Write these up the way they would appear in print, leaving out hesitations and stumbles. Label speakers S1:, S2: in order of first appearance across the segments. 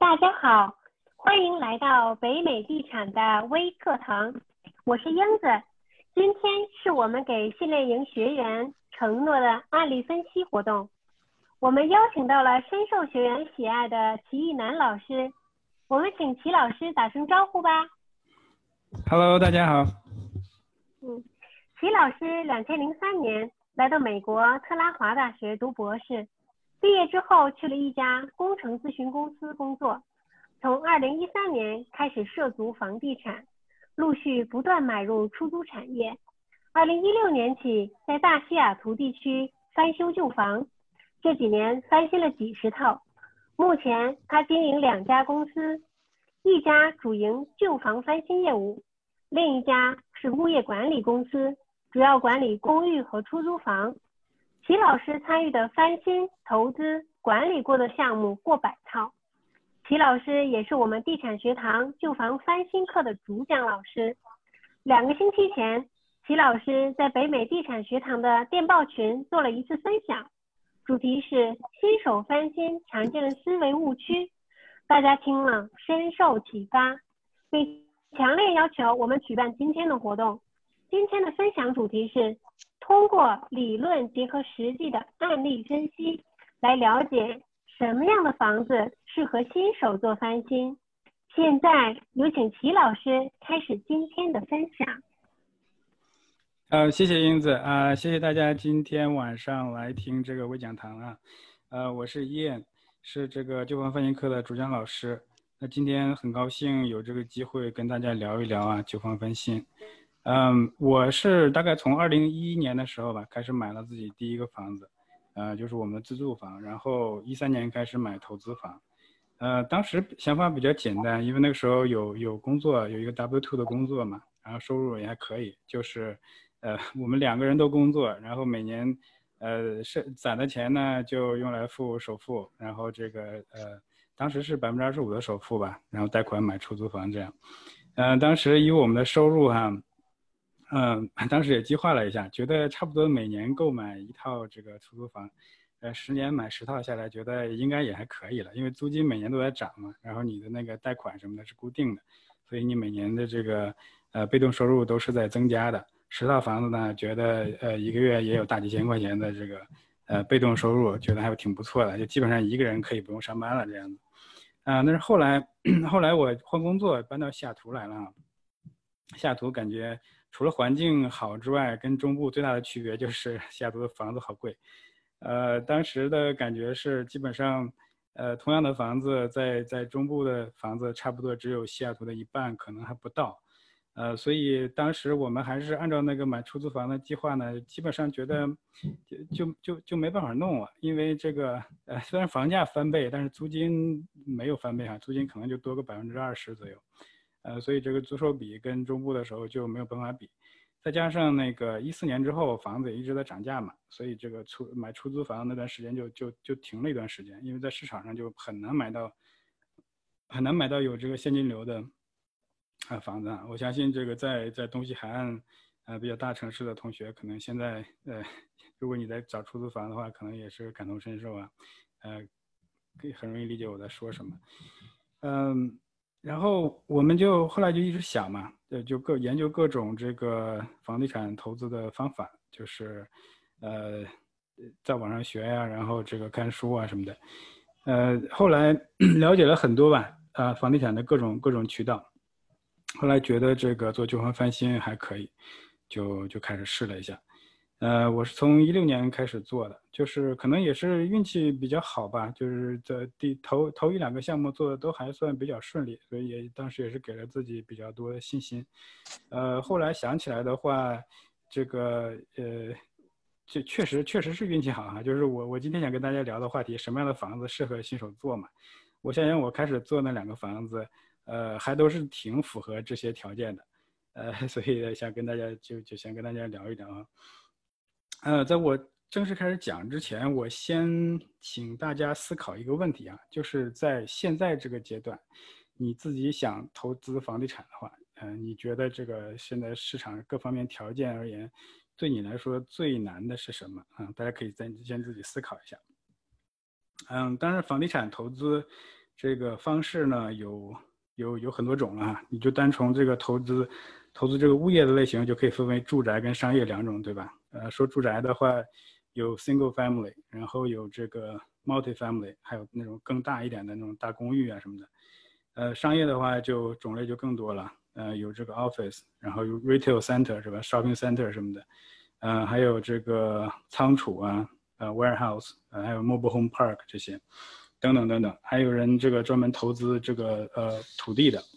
S1: 大家好，欢迎来到北美地产的微课堂，我是英子。今天是我们给训练营学员承诺的案例分析活动，我们邀请到了深受学员喜爱的齐义南老师，我们请齐老师打声招呼吧。
S2: Hello， 大家好。
S1: 齐老师2003年来到美国特拉华大学读博士，毕业之后去了一家工程咨询公司工作，从2013年开始涉足房地产，陆续不断买入出租产业。2016年起在大西雅图地区翻修旧房，这几年翻新了几十套。目前他经营2家公司，一家主营旧房翻新业务，另一家是物业管理公司，主要管理公寓和出租房。齐老师参与的翻新、投资、管理过的项目过100套。齐老师也是我们地产学堂旧房翻新课的主讲老师。2个星期前，齐老师在北美地产学堂的电报群做了一次分享，主题是新手翻新常见的思维误区，大家听了深受启发，并强烈要求我们举办今天的活动。今天的分享主题是通过理论结合实际的案例分析，来了解什么样的房子适合新手做翻新。现在有请齐老师开始今天的分享。
S2: 谢谢英子谢谢大家今天晚上来听这个微讲堂我是Ian，是这个旧房翻新课的主讲老师。那今天很高兴有这个机会跟大家聊一聊旧房翻新。我是大概从2011年的时候吧开始买了自己第一个房子，就是我们的自住房，然后13年开始买投资房。当时想法比较简单，因为那个时候有工作，有一个 W2 的工作嘛，然后收入也还可以，就是我们2个人都工作，然后每年攒的钱呢就用来付首付，然后这个当时是25%的首付吧，然后贷款买出租房这样。当时以我们的收入当时也计划了一下，觉得差不多每年购买1套这个出租房，10年买10套下来，觉得应该也还可以了，因为租金每年都在涨嘛，然后你的那个贷款什么的是固定的，所以你每年的这个被动收入都是在增加的。10套房子呢，觉得1个月也有大几千块钱的这个被动收入，觉得还挺不错的，就基本上1个人可以不用上班了这样子。但是后来我换工作搬到西雅图来了，西雅图感觉除了环境好之外，跟中部最大的区别就是西雅图的房子好贵。当时的感觉是基本上同样的房子在中部的房子差不多只有西雅图的1半，可能还不到。所以当时我们还是按照那个买出租房的计划呢，基本上觉得就没办法弄了，因为这个虽然房价翻倍，但是租金没有翻倍租金可能就多个20%左右。所以这个租售比跟中部的时候就没有办法比，再加上那个14年之后房子也一直在涨价嘛，所以这个买出租房那段时间就停了一段时间，因为在市场上就很难买到有这个现金流的房子我相信这个在东西海岸比较大城市的同学，可能现在如果你在找出租房的话，可能也是感同身受可以很容易理解我在说什么。然后我们后来就一直想嘛，就研究各种这个房地产投资的方法，就是在网上学呀，然后这个看书什么的。后来了解了很多吧，房地产的各种渠道。后来觉得这个做旧房翻新还可以，就开始试了一下。我是从16年开始做的，就是可能也是运气比较好吧，就是在头1、2个项目做的都还算比较顺利，所以当时也是给了自己比较多的信心。后来想起来的话，这个这确实是运气好就是我今天想跟大家聊的话题，什么样的房子适合新手做嘛？我想想，我开始做那2个房子，还都是挺符合这些条件的，所以想跟大家就想跟大家聊一聊在我正式开始讲之前，我先请大家思考一个问题就是在现在这个阶段，你自己想投资房地产的话，你觉得这个现在市场各方面条件而言，对你来说最难的是什么大家可以先自己思考一下。当然房地产投资这个方式呢有很多种了哈，你就单从这个投资这个物业的类型就可以分为住宅跟商业两种，对吧？说住宅的话有 single family， 然后有这个 multi family， 还有那种更大一点的那种大公寓啊什么的。商业的话就种类就更多了，有这个 office， 然后有 retail center 是吧 ，shopping center 什么的，还有这个仓储啊，warehouse，还有 mobile home park 这些，等等等等，还有人这个专门投资这个土地的。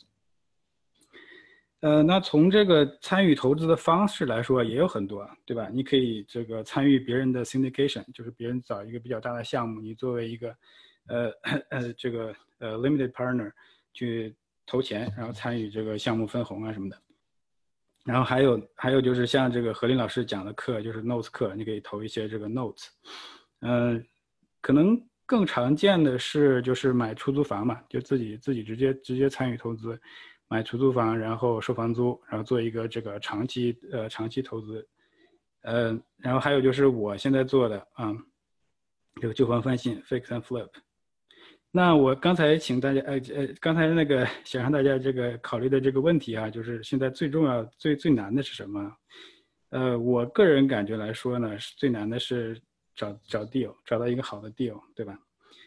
S2: 那从这个参与投资的方式来说也有很多，对吧？你可以这个参与别人的 syndication， 就是别人找一个比较大的项目，你作为一个这个limited partner 去投钱，然后参与这个项目分红啊什么的。然后还有就是像这个何林老师讲的课，就是 notes 课，你可以投一些这个 notes。可能更常见的是就是买出租房嘛，就自己直接参与投资。买出租房，然后收房租，然后做一个这个长期投资，然后还有就是我现在做的这个旧房翻新 fix and flip。那我刚才请大家刚才那个想让大家这个考虑的这个问题啊，就是现在最重要最难的是什么？我个人感觉来说呢，最难的是找 deal， 找到一个好的 deal， 对吧？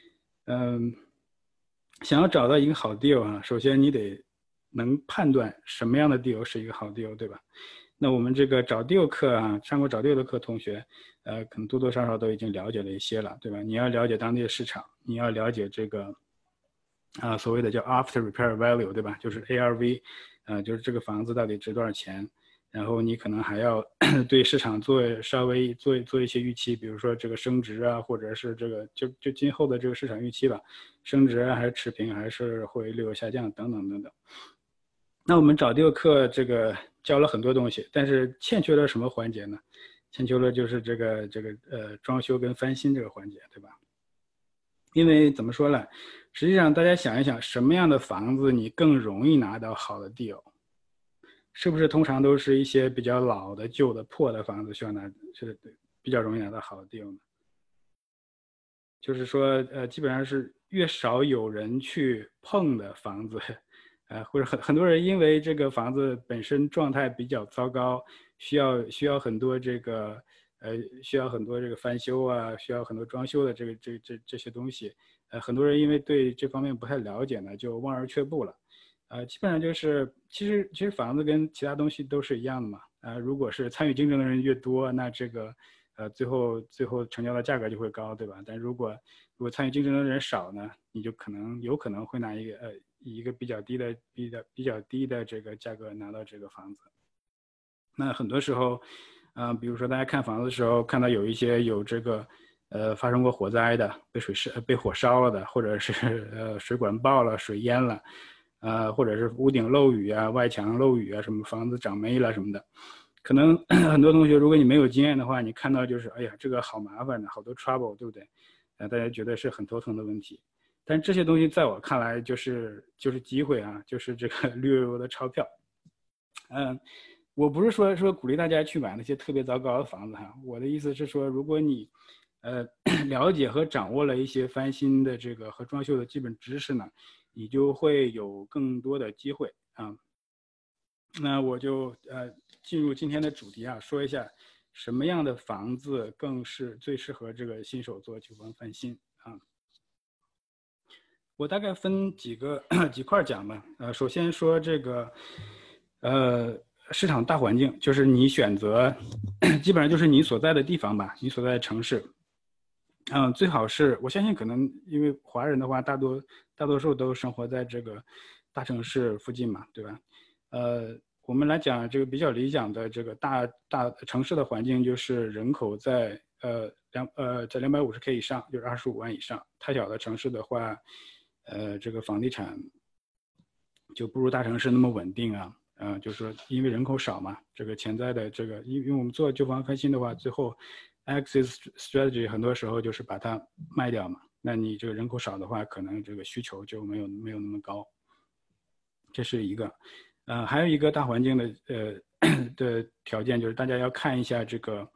S2: 想要找到一个好 deal 啊，首先你得能判断什么样的 deal 是一个好 deal， 对吧？那我们这个找 deal 课啊，上过找 deal 的课同学，可能多多少少都已经了解了一些了，对吧？你要了解当地的市场，你要了解这个所谓的叫 after repair value， 对吧？就是 ARV，就是这个房子到底值多少钱。然后你可能还要对市场稍微做一些预期，比如说这个升值啊，或者是这个就今后的这个市场预期吧，升值啊，还是持平，还是会略有下降等等等等。那我们找deal课这个教了很多东西，但是欠缺了什么环节呢？欠缺了就是这个装修跟翻新这个环节，对吧？因为怎么说呢？实际上大家想一想，什么样的房子你更容易拿到好的 deal？是不是通常都是一些比较老的、旧的、破的房子需要是比较容易拿到好的 deal 呢？就是说，基本上是越少有人去碰的房子，或者很多人因为这个房子本身状态比较糟糕，需要很多这个需要很多这个翻修啊，需要很多装修的这些东西，很多人因为对这方面不太了解呢，就望而却步了。基本上就是其实房子跟其他东西都是一样的嘛。如果是参与竞争的人越多，那这个最后成交的价格就会高，对吧？但如果参与竞争的人少呢，你就有可能会拿一个比较低的这个价格拿到这个房子。那很多时候，比如说大家看房子的时候，看到有一些有这个发生过火灾的，被火烧了的，或者是水管爆了、水淹了。或者是屋顶漏雨啊、外墙漏雨啊，什么房子长霉了什么的，可能很多同学，如果你没有经验的话，你看到就是，哎呀，这个好麻烦的，好多 trouble， 对不对？大家觉得是很头疼的问题。但这些东西在我看来就是机会啊，就是这个绿油油的钞票。我不是说鼓励大家去买那些特别糟糕的房子哈，我的意思是说，如果你了解和掌握了一些翻新的这个和装修的基本知识呢，你就会有更多的机会啊。那我就进入今天的主题啊，说一下什么样的房子最适合这个新手做旧房翻新啊。我大概分几块讲吧。首先说这个市场大环境，就是你选择基本上就是你所在的地方吧，你所在的城市。最好是我相信可能因为华人的话大多数都生活在这个大城市附近嘛，对吧？我们来讲这个比较理想的这个大城市的环境，就是人口在250K 以上，就是25万以上。太小的城市的话，这个房地产就不如大城市那么稳定啊。就是说因为人口少嘛，这个潜在的这个，因为我们做旧房翻新的话，最后 exit strategy 很多时候就是把它卖掉嘛。那你这个人口少的话，可能这个需求就没有那么高。这是一个。还有一个大环境的的条件就是大家要看一下这个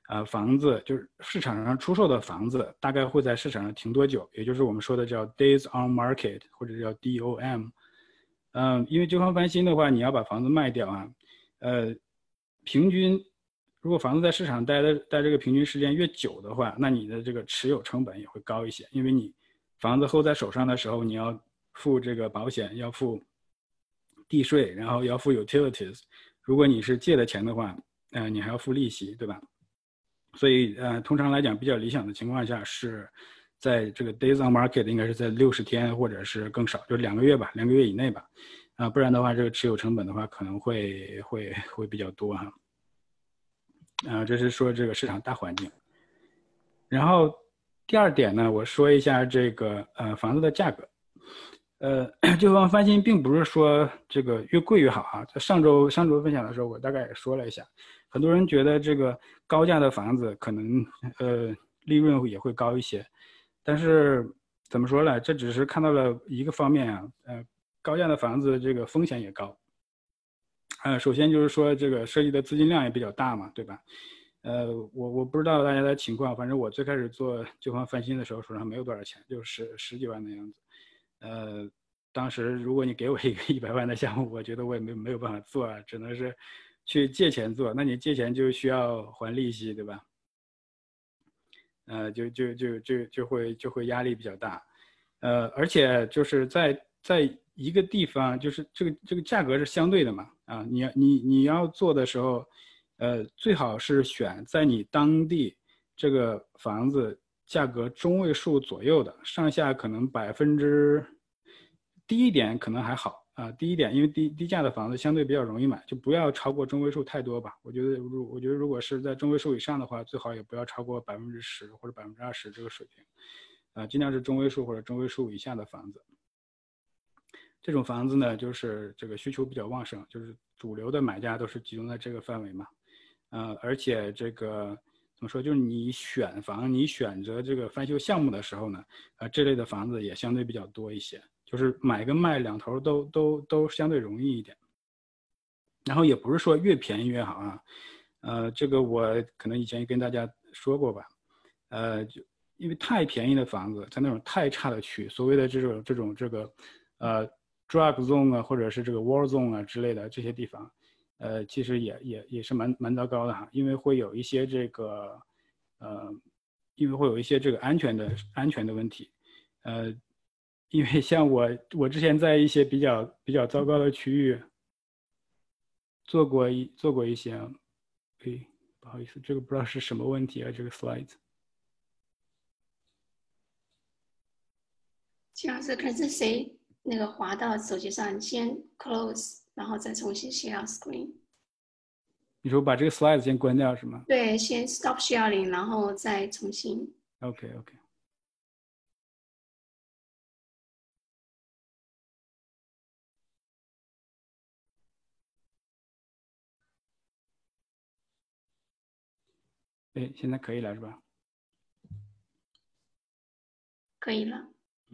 S2: 房子就是市场上出售的房子大概会在市场上停多久，也就是我们说的叫 days on market 或者叫 DOM。因为旧房翻新的话，你要把房子卖掉啊，平均如果房子在市场待这个平均时间越久的话，那你的这个持有成本也会高一些，因为你房子hold在手上的时候，你要付这个保险，要付地税，然后要付 utilities。如果你是借的钱的话，你还要付利息，对吧？所以通常来讲，比较理想的情况下是在这个 days on market 应该是在60天或者是更少，就2个月吧，2个月以内吧。不然的话，这个持有成本的话可能会比较多哈。这是说这个市场大环境。然后第二点呢，我说一下这个房子的价格。旧房翻新并不是说这个越贵越好啊。在上周分享的时候，我大概也说了一下，很多人觉得这个高价的房子可能利润也会高一些，但是怎么说呢？这只是看到了一个方面啊。高价的房子这个风险也高。首先就是说这个涉及的资金量也比较大嘛，对吧？我不知道大家的情况，反正我最开始做旧房翻新的时候，手上没有多少钱，就十几万的样子。当时如果你给我一个100万的项目，我觉得我也没有办法做啊，只能是去借钱做。那你借钱就需要还利息，对吧？就会压力比较大。而且就是在一个地方，就是这个价格是相对的嘛，你要做的时候，最好是选在你当地这个房子价格中位数左右的，上下可能低一点可能还好啊，低一点，因为低价的房子相对比较容易买，就不要超过中位数太多吧。我觉得如果是在中位数以上的话，最好也不要超过10%或者20%这个水平，尽量是中位数或者中位数以下的房子。这种房子呢，就是这个需求比较旺盛，就是主流的买家都是集中在这个范围嘛。而且这个怎么说，就是你选择这个翻修项目的时候呢，这类的房子也相对比较多一些，就是买跟卖两头都相对容易一点。然后也不是说越便宜越好啊，这个我可能以前也跟大家说过吧，就因为太便宜的房子，在那种太差的区，所谓的这个drug zone 啊，或者是这个 war zone 啊之类的这些地方，其实也是蛮糟糕的哈，因为会有一些这个安全的问题，因为像我之前在一些比较糟糕的区域做过一些，不好意思，这个不知道是什么问题啊，这个 slide。
S3: 金老师，可是谁那个滑到手机上，先 close， 然后再重新 share screen。
S2: 你说把这个 slide 先关掉是吗？
S3: 对，先 stop sharing， 然后再重新。
S2: OK。现在可以了是吧？
S3: 可以了。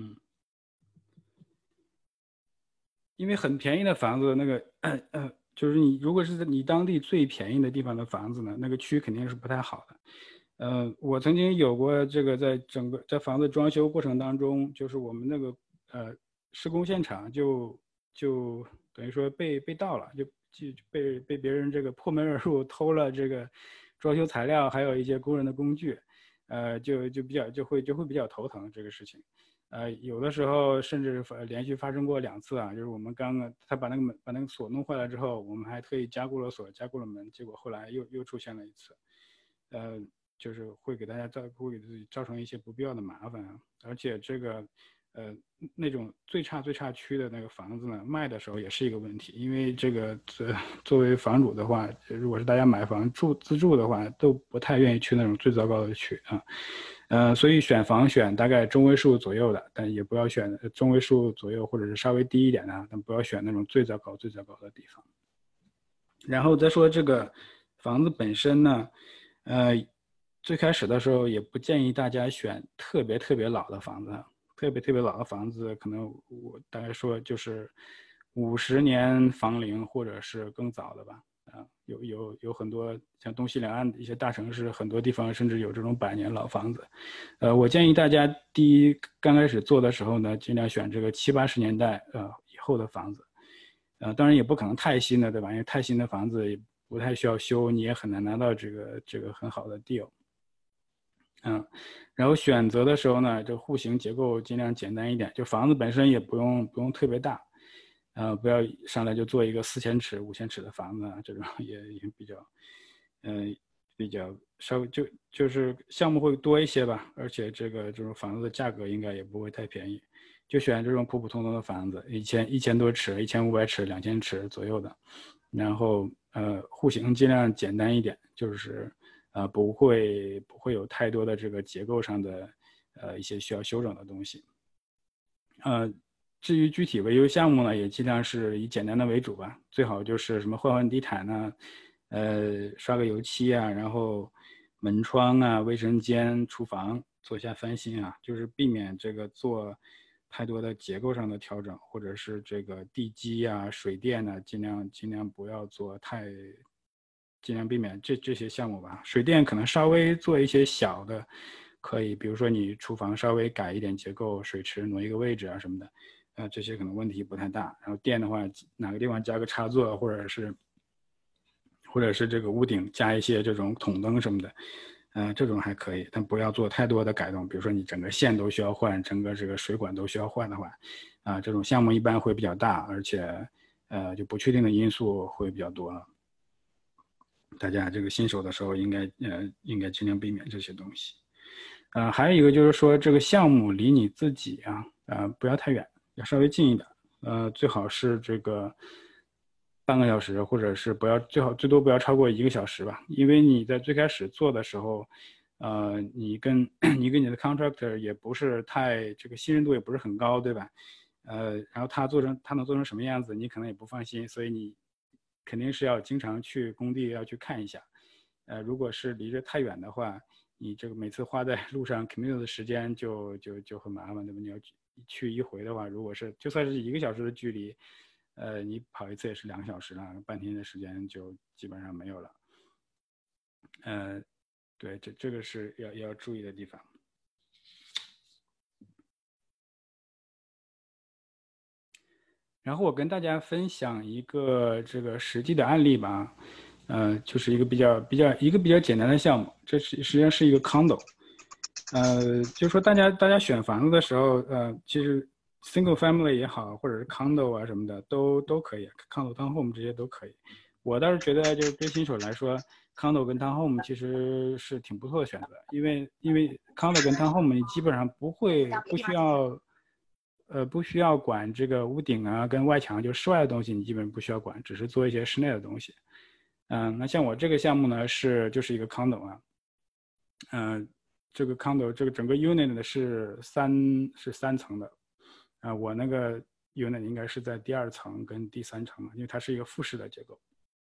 S2: 因为很便宜的房子，那个就是你如果是在你当地最便宜的地方的房子呢，那个区肯定是不太好的。我曾经有过这个在房子装修过程当中，就是我们那个施工现场就等于说被盗了，就被别人这个破门而入偷了这个装修材料，还有一些工人的工具，就会比较头疼这个事情。有的时候甚至连续发生过2次啊，就是我们他把那个锁弄坏了之后，我们还特意加固了锁，加固了门，结果后来又出现了一次，就是会给自己造成一些不必要的麻烦啊。而且这个那种最差区的那个房子呢，卖的时候也是一个问题，因为这个作为房主的话，如果是大家买房自住的话，都不太愿意去那种最糟糕的区啊。所以选房选大概中位数左右的，但也不要选中位数左右或者是稍微低一点的，但不要选那种最糟糕的地方。然后再说这个房子本身呢，最开始的时候也不建议大家选特别老的房子，特别老的房子，可能我大概说就是50年房龄或者是更早的吧， 有很多像东西两岸的一些大城市，很多地方甚至有这种100年老房子。我建议大家刚开始做的时候呢，尽量选这个70、80年代以后的房子。当然也不可能太新的，对吧？因为太新的房子也不太需要修，你也很难拿到这个很好的 deal。然后选择的时候呢，这户型结构尽量简单一点，就房子本身也不用特别大，不要上来就做一个4000尺、5000尺的房子啊，这种也比较稍微就是项目会多一些吧，而且这种房子的价格应该也不会太便宜，就选这种普普通通的房子，1000多尺、1500尺、2000尺左右的，然后户型尽量简单一点，就是不会有太多的这个结构上的一些需要修整的东西。至于具体维修项目呢，也尽量是以简单的为主吧，最好就是什么换地毯啊，刷个油漆啊，然后门窗啊、卫生间、厨房做一下翻新啊，就是避免这个做太多的结构上的调整，或者是这个地基啊、水电啊，尽量不要做尽量避免这些项目吧。水电可能稍微做一些小的可以，比如说你厨房稍微改一点结构，水池挪一个位置啊什么的，这些可能问题不太大。然后电的话，哪个地方加个插座，或者是这个屋顶加一些这种筒灯什么的，这种还可以，但不要做太多的改动。比如说你整个线都需要换，整个这个水管都需要换的话，这种项目一般会比较大，而且就不确定的因素会比较多了。大家这个新手的时候应该尽量避免这些东西。还有一个就是说，这个项目离你自己不要太远，要稍微近一点。最好是这个半个小时，或者是最多不要超过1个小时吧。因为你在最开始做的时候，你跟你的 contractor 也不是太这个信任度也不是很高，对吧？然后他能做成什么样子，你可能也不放心，所以你肯定是要经常去工地要去看一下。如果是离着太远的话，你这个每次花在路上 commute 的时间就很麻烦，对吧？你要去一回的话，如果是就算是1个小时的距离，你跑一次也是2个小时了，半天的时间就基本上没有了。对，这个是要注意的地方。然后我跟大家分享一个这个实际的案例吧，就是一个比较简单的项目，这实际上是一个 condo，就是说大家选房子的时候，其实 single family 也好，或者是 condo 啊什么的都可以 ，condo townhome 这些都可以。我倒是觉得就是对新手来说 ，condo 跟 townhome 其实是挺不错的选择，因为 condo 跟 townhome 你基本上不需要管这个屋顶啊跟外墙，就室外的东西你基本不需要管，只是做一些室内的东西。那像我这个项目呢就是一个 condo 啊，这个 condo 这个整个 unit 呢是3层的，我那个 unit 应该是在第2层跟第3层，因为它是一个复式的结构。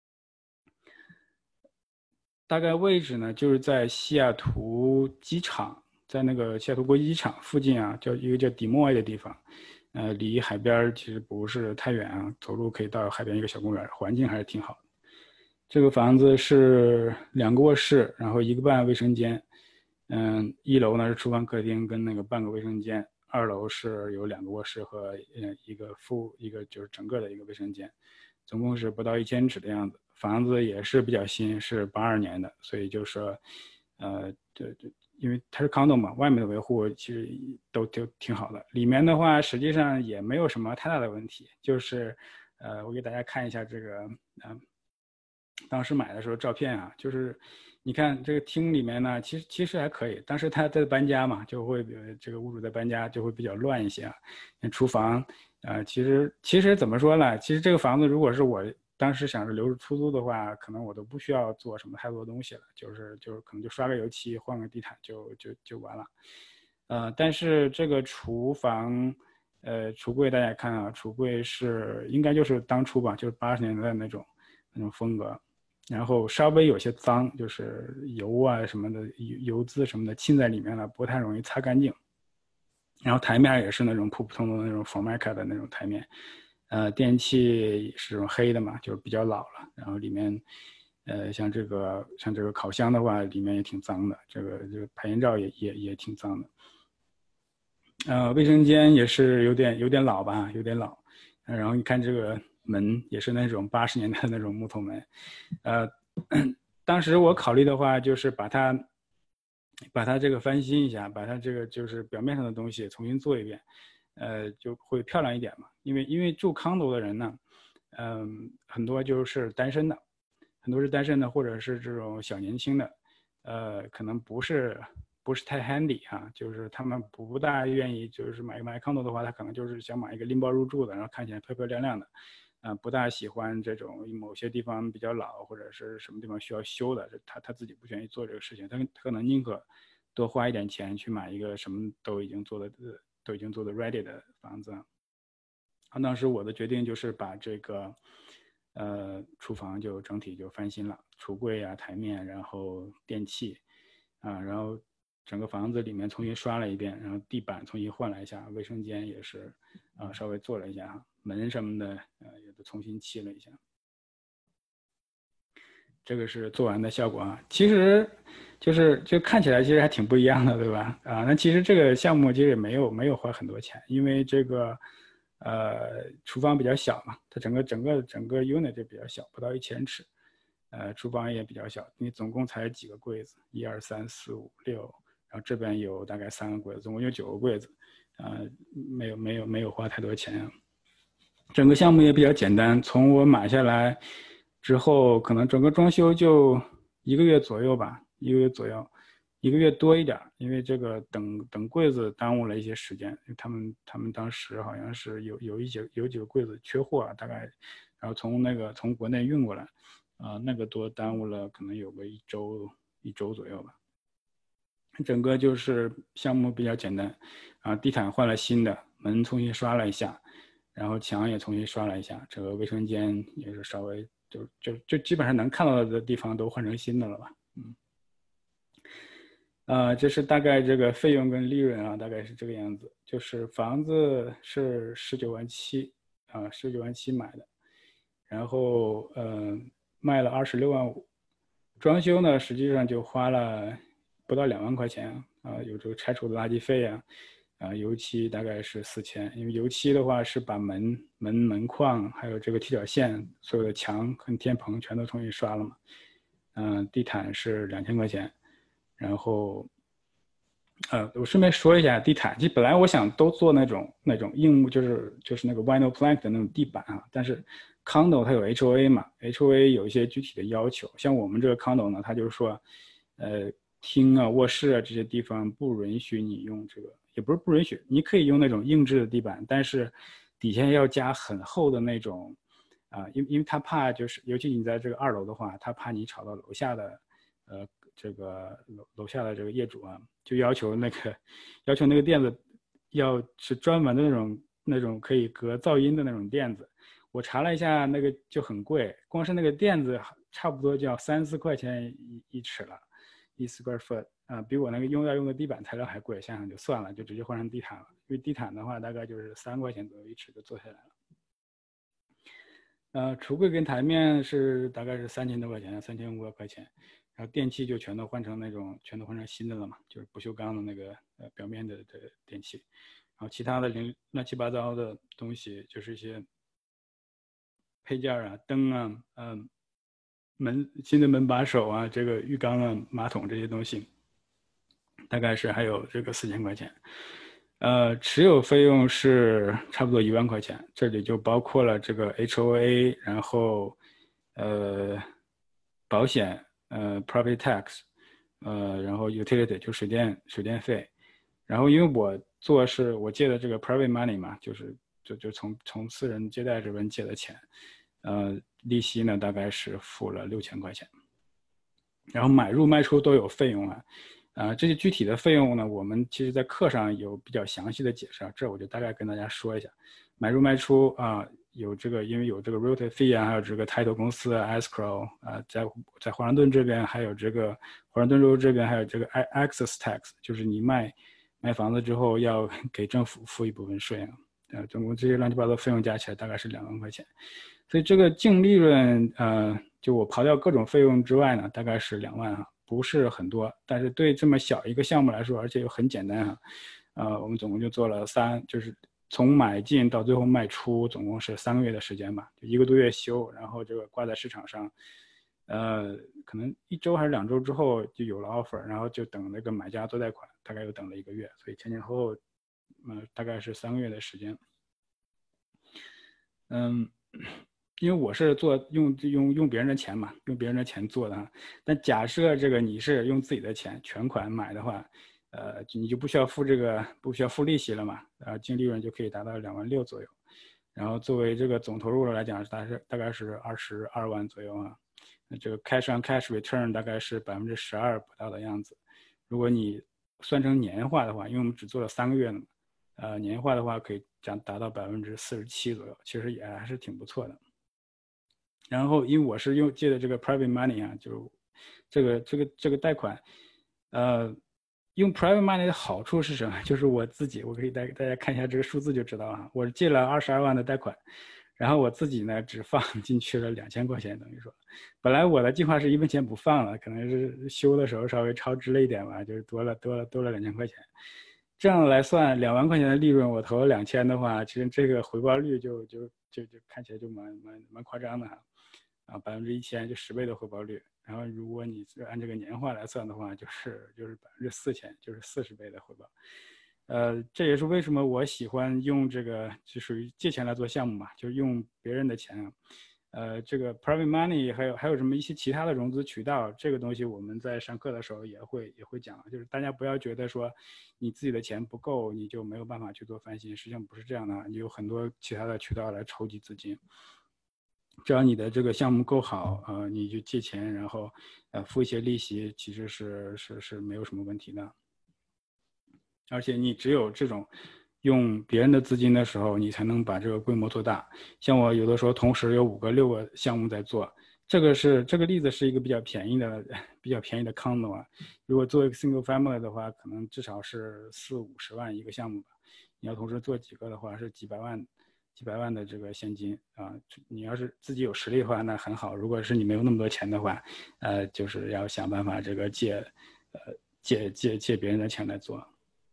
S2: 大概位置呢就是在西雅图机场，在那个西雅图国际机场附近啊，一个叫迪莫埃的地方，离海边其实不是太远啊，走路可以到海边一个小公园，环境还是挺好的。这个房子是2个卧室，然后1个半卫生间。1楼呢是厨房客厅跟那个半个卫生间，2楼是有2个卧室和一个就是整个的一个卫生间，总共是不到1000尺的样子。房子也是比较新，是82年的，所以就是说，因为它是 condo 嘛，外面的维护其实都挺好的。里面的话，实际上也没有什么太大的问题，就是我给大家看一下这个当时买的时候照片啊，就是你看这个厅里面呢，其实还可以，但是他在搬家嘛，就会这个屋主在搬家就会比较乱一些啊。厨房其实怎么说呢？其实这个房子如果是我当时想着留着出租的话，可能我都不需要做什么太多东西了，就是可能就刷个油漆，换个地毯就完了。但是这个厨房橱柜大家看啊，橱柜应该就是当初吧，就是80年代那种风格。然后稍微有些脏，就是油啊什么的，油渍什么的浸在里面了，不太容易擦干净。然后台面也是那种普普通通的那种 Formica 的那种台面，电器是这种黑的嘛，就是比较老了。然后里面像这个烤箱的话，里面也挺脏的，这个排烟罩也挺脏的。卫生间也是有点老吧，有点老。然后你看这个门也是那种80年代的那种木头门。当时我考虑的话，就是把它这个翻新一下，把它这个就是表面上的东西重新做一遍，就会漂亮一点嘛。因为住condo的人呢，很多就是单身的，或者是这种小年轻的，可能不是太 handy 啊，就是他们不大愿意，就是买condo的话，他可能就是想买一个拎包入住的，然后看起来漂漂亮亮的。不大喜欢这种某些地方比较老或者是什么地方需要修的，他自己不愿意做这个事情，他可能宁可多花一点钱去买一个什么都已经做的 ready 的房子。当时我的决定就是把这个厨房就整体就翻新了，橱柜啊、台面，然后电器然后整个房子里面重新刷了一遍，然后地板重新换了一下，卫生间也是稍微做了一下，门什么的也都重新漆了一下。这个是做完的效果啊，其实就看起来其实还挺不一样的，对吧？那其实这个项目其实也没有花很多钱，因为这个厨房比较小嘛，它整个 unit 就比较小，不到1000尺，厨房也比较小，你总共才几个柜子，1、2、3、4、5、6，然后这边有大概3个柜子，总共有9个柜子，没有花太多钱啊。整个项目也比较简单，从我买下来之后，可能整个装修就1个月左右吧，1个月左右，1个月多一点，因为这个等柜子耽误了一些时间，他们当时好像是有几个柜子缺货啊，大概，然后从国内运过来，那个多耽误了可能有个1周左右吧。整个就是项目比较简单，地毯换了新的，门重新刷了一下，然后墙也重新刷了一下，这个卫生间也是稍微就基本上能看到的地方都换成新的了吧。这是大概这个费用跟利润啊，大概是这个样子。就是房子是19.7万，19.7万买的，然后卖了26.5万，装修呢实际上就花了不到2万块钱有这个拆除的垃圾费油漆大概是4000，因为油漆的话是把门框还有这个踢脚线，所有的墙和天棚全都重新刷了嘛。地毯是2000块钱，然后我顺便说一下地毯，其实本来我想都做那种硬木，就是那个 vinyl plank 的那种地板但是 condo 它有 HOA 嘛 ，HOA 有一些具体的要求，像我们这个 condo 呢，它就是说厅卧室这些地方不允许你用这个，也不是不允许，你可以用那种硬质的地板，但是底下要加很厚的那种因为他怕就是尤其你在这个2楼的话，他怕你吵到楼下的这个楼下的这个业主就要求那个垫子要是专门的那种可以隔噪音的那种垫子。我查了一下，那个就很贵，光是那个垫子差不多就要3、4块钱一尺了，1 square foot 比我那个要用的地板材料还贵，想想就算了，就直接换成地毯了。因为地毯的话大概就是3块钱左右一尺就做下来了。橱柜跟台面是大概是3000多块钱，3500块钱，然后电器就全都换成新的了嘛，就是不锈钢的那个表面的电器，然后其他的乱七八糟的东西就是一些配件灯新的门把手这个浴缸马桶这些东西，大概是还有这个4000块钱。持有费用是差不多1万块钱，这里就包括了这个 HOA， 然后保险property tax， 然后 utility 就水电费，然后因为我借的这个 private money 嘛，就从私人借贷这边借的钱，利息呢大概是付了6000块钱，然后买入卖出都有费用这些具体的费用呢，我们其实在课上有比较详细的解释这我就大概跟大家说一下。买入卖出有这个，因为有这个 realty fee 还有这个 title 公司escrow 在华盛顿这边，还有这个华盛顿州这边还有这个 access tax， 就是你卖房子之后要给政府付一部分税总共这些乱七八糟费用加起来大概是2万块钱。所以这个净利润就我刨掉各种费用之外呢，大概是2万哈，不是很多，但是对这么小一个项目来说，而且又很简单哈，我们总共就做了就是从买进到最后卖出，总共是3个月的时间吧，就1个多月修，然后这个挂在市场上，可能1周还是2周之后就有了 offer， 然后就等那个买家做贷款，大概又等了1个月，所以前前后后，大概是3个月的时间。因为我是用别人的钱嘛，用别人的钱做的，但假设这个你是用自己的钱全款买的话，你就不需要付利息了嘛，净利润就可以达到2万6左右，然后作为这个总投入来讲，大概是22万左右啊，那这个 cash on cash return 大概是12%不到的样子，如果你算成年化的话，因为我们只做了3个月呢嘛，年化的话可以达到47%左右，其实也还是挺不错的。然后因为我是借的这个 private money 啊，就这个贷款，用 private money 的好处是什么？就是我可以大家看一下这个数字就知道啊，我借了22万的贷款，然后我自己呢只放进去了2000块钱，等于说，本来我的计划是1分钱不放了，可能是修的时候稍微超支了一点吧，就是多了2000块钱。这样来算2万块钱的利润，我投了2000的话，其实这个回报率就看起来就蛮夸张的哈。1000就10倍的回报率，然后如果你按这个年化来算的话，就是4000，就是40倍的回报。这也是为什么我喜欢用这个就属于借钱来做项目嘛，就是用别人的钱啊。这个 private money 还有什么一些其他的融资渠道，这个东西我们在上课的时候也会讲，就是大家不要觉得说你自己的钱不够，你就没有办法去做翻新，实际上不是这样的，你有很多其他的渠道来筹集资金。只要你的这个项目够好，你就借钱，然后付一些利息，其实是没有什么问题的。而且你只有这种用别人的资金的时候，你才能把这个规模做大。像我有的时候同时有5个6个项目在做，这个例子是一个比较便宜的 condo 啊。如果做一个 single family 的话，可能至少是40-50万一个项目吧。你要同时做几个的话，是几百万的这个现金啊！你要是自己有实力的话，那很好；如果是你没有那么多钱的话，就是要想办法这个借别人的钱来做。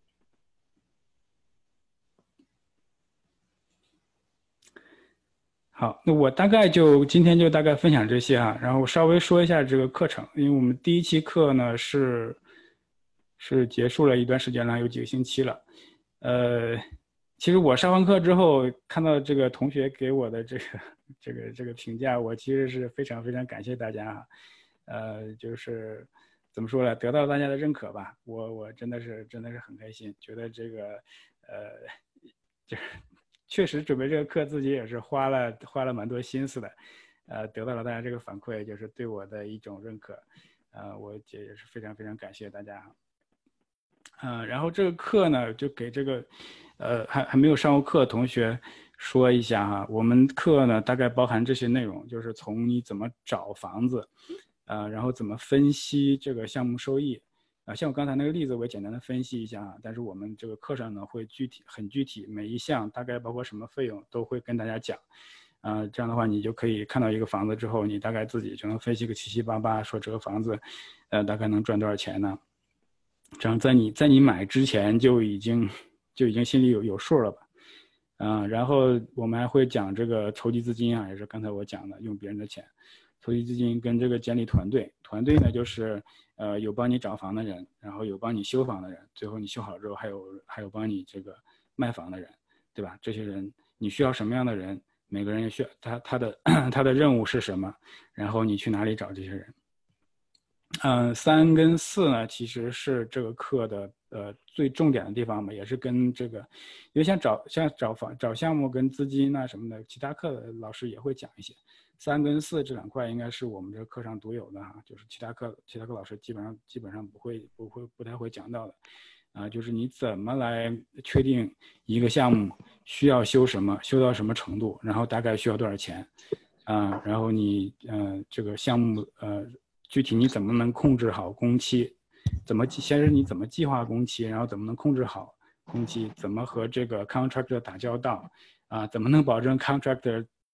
S2: 好，那我今天就大概分享这些啊，然后稍微说一下这个课程，因为我们第1期课呢是结束了一段时间了，有几个星期了，其实我上完课之后看到这个同学给我的这个评价，我其实是非常非常感谢大家就是怎么说呢，得到大家的认可吧，我真的是很开心，觉得这个就是确实准备这个课自己也是花了蛮多心思的，得到了大家这个反馈，就是对我的一种认可，我也是非常非常感谢大家。然后这个课呢，就给这个还没有上过课的同学说一下哈，我们课呢大概包含这些内容，就是从你怎么找房子，然后怎么分析这个项目收益，像我刚才那个例子我也简单的分析一下啊，但是我们这个课上呢会很具体，每一项大概包括什么费用都会跟大家讲，这样的话你就可以看到一个房子之后，你大概自己就能分析个七七八八，说这个房子大概能赚多少钱呢？这样在你买之前就已经心里有数了吧，然后我们还会讲这个筹集资金啊，也是刚才我讲的，用别人的钱筹集资金，跟这个建立团队呢就是有帮你找房的人，然后有帮你修房的人，最后你修好之后还有帮你这个卖房的人，对吧？这些人你需要什么样的人，每个人也需要他的任务是什么，然后你去哪里找这些人。3跟4呢，其实是这个课的最重点的地方嘛，也是跟这个，因为像找项目跟资金啊什么的，其他课的老师也会讲一些。3跟4这2块应该是我们这个课上独有的哈，就是其他课老师基本上不太会讲到的，就是你怎么来确定一个项目需要修什么，修到什么程度，然后大概需要多少钱，然后你这个项目具体你怎么能控制好工期？先是你怎么计划工期，然后怎么能控制好工期？怎么和这个 contractor 打交道？怎么能保证 contractor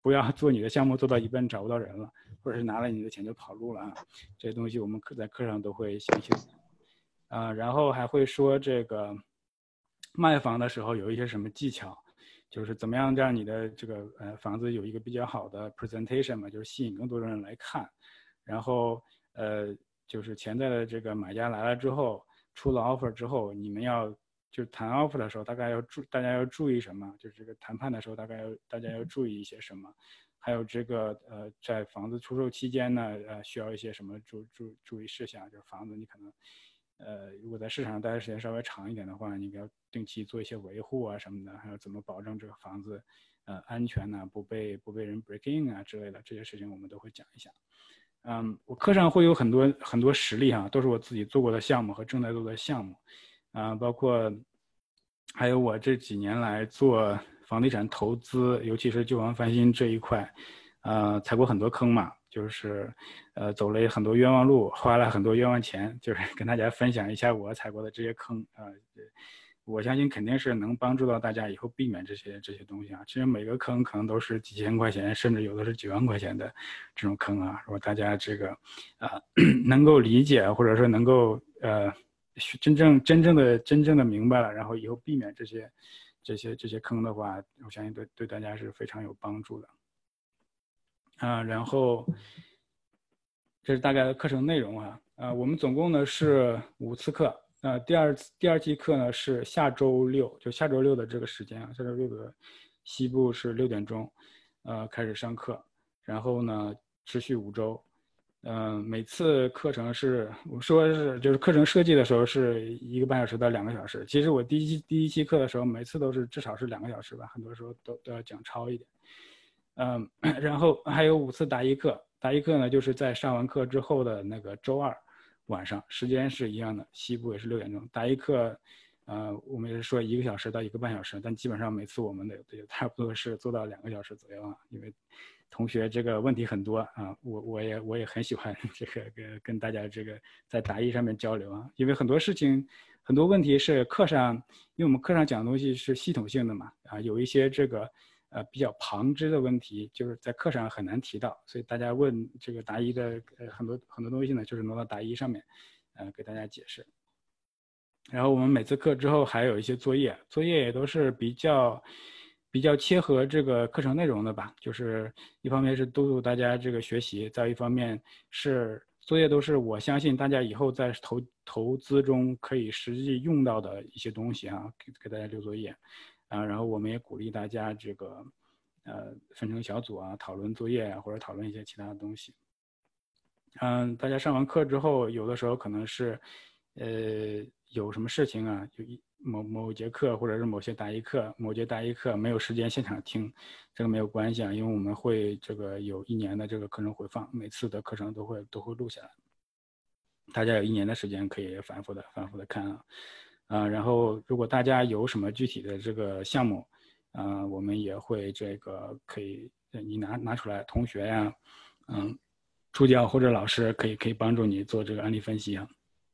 S2: 不要做你的项目做到一半找不到人了，或者是拿了你的钱就跑路了啊。这些东西我们在课上都会详细讲。然后还会说这个卖房的时候有一些什么技巧，就是怎么样让你的这个房子有一个比较好的 presentation 嘛，就是吸引更多的人来看。然后就是潜在的这个买家来了之后，出了 offer 之后，你们要就谈 offer 的时候，大家要注意什么？就是这个谈判的时候，大家要注意一些什么？还有这个在房子出售期间呢，需要一些什么注意事项？就是房子你可能如果在市场上待的时间稍微长一点的话，你要定期做一些维护啊什么的，还有怎么保证这个房子安全呐、不被人 break in 啊之类的这些事情，我们都会讲一下。我课上会有很多实例都是我自己做过的项目和正在做的项目，包括还有我这几年来做房地产投资，尤其是旧房翻新这一块，踩过很多坑嘛，就是走了很多冤枉路，花了很多冤枉钱，就是跟大家分享一下我踩过的这些坑我相信肯定是能帮助到大家以后避免这些东西其实每个坑可能都是几千块钱，甚至有的是几万块钱的这种坑如果大家这个能够理解，或者说能够真正的明白了，然后以后避免这些坑的话，我相信对大家是非常有帮助的然后这是大概的课程内容我们总共呢是5次课。第二期课呢是下周六，就下周六的这个时间下周六的西部是6点钟，开始上课，然后呢持续5周，每次课程是我说是就是课程设计的时候是1个半小时到2个小时，其实我第一期课的时候每次都是至少是2个小时吧，很多时候都要讲超一点，然后还有5次答疑课，答疑课呢就是在上完课之后的那个周2。晚上时间是一样的，西部也是6点钟。答疑课，我们也是说1个小时到1个半小时，但基本上每次我们也差不多是做到2个小时左右因为同学这个问题很多我也很喜欢这个跟大家这个在答疑上面交流因为很多事情很多问题是课上，因为我们课上讲的东西是系统性的嘛有一些这个比较旁支的问题，就是在课上很难提到，所以大家问这个答疑的很多东西呢，就是挪到答疑上面，给大家解释。然后我们每次课之后还有一些作业也都是比较切合这个课程内容的吧，就是一方面是督促大家这个学习，再一方面是作业都是我相信大家以后在投资中可以实际用到的一些东西给大家留作业。然后我们也鼓励大家这个分成小组讨论作业或者讨论一些其他的东西。大家上完课之后，有的时候可能是有什么事情就某节课或者是某节答疑课没有时间现场听，这个没有关系因为我们会这个有1年的这个课程回放，每次的课程都会录下来，大家有1年的时间可以反复的看然后如果大家有什么具体的这个项目我们也会这个可以你拿出来，同学呀助教或者老师可以帮助你做这个案例分析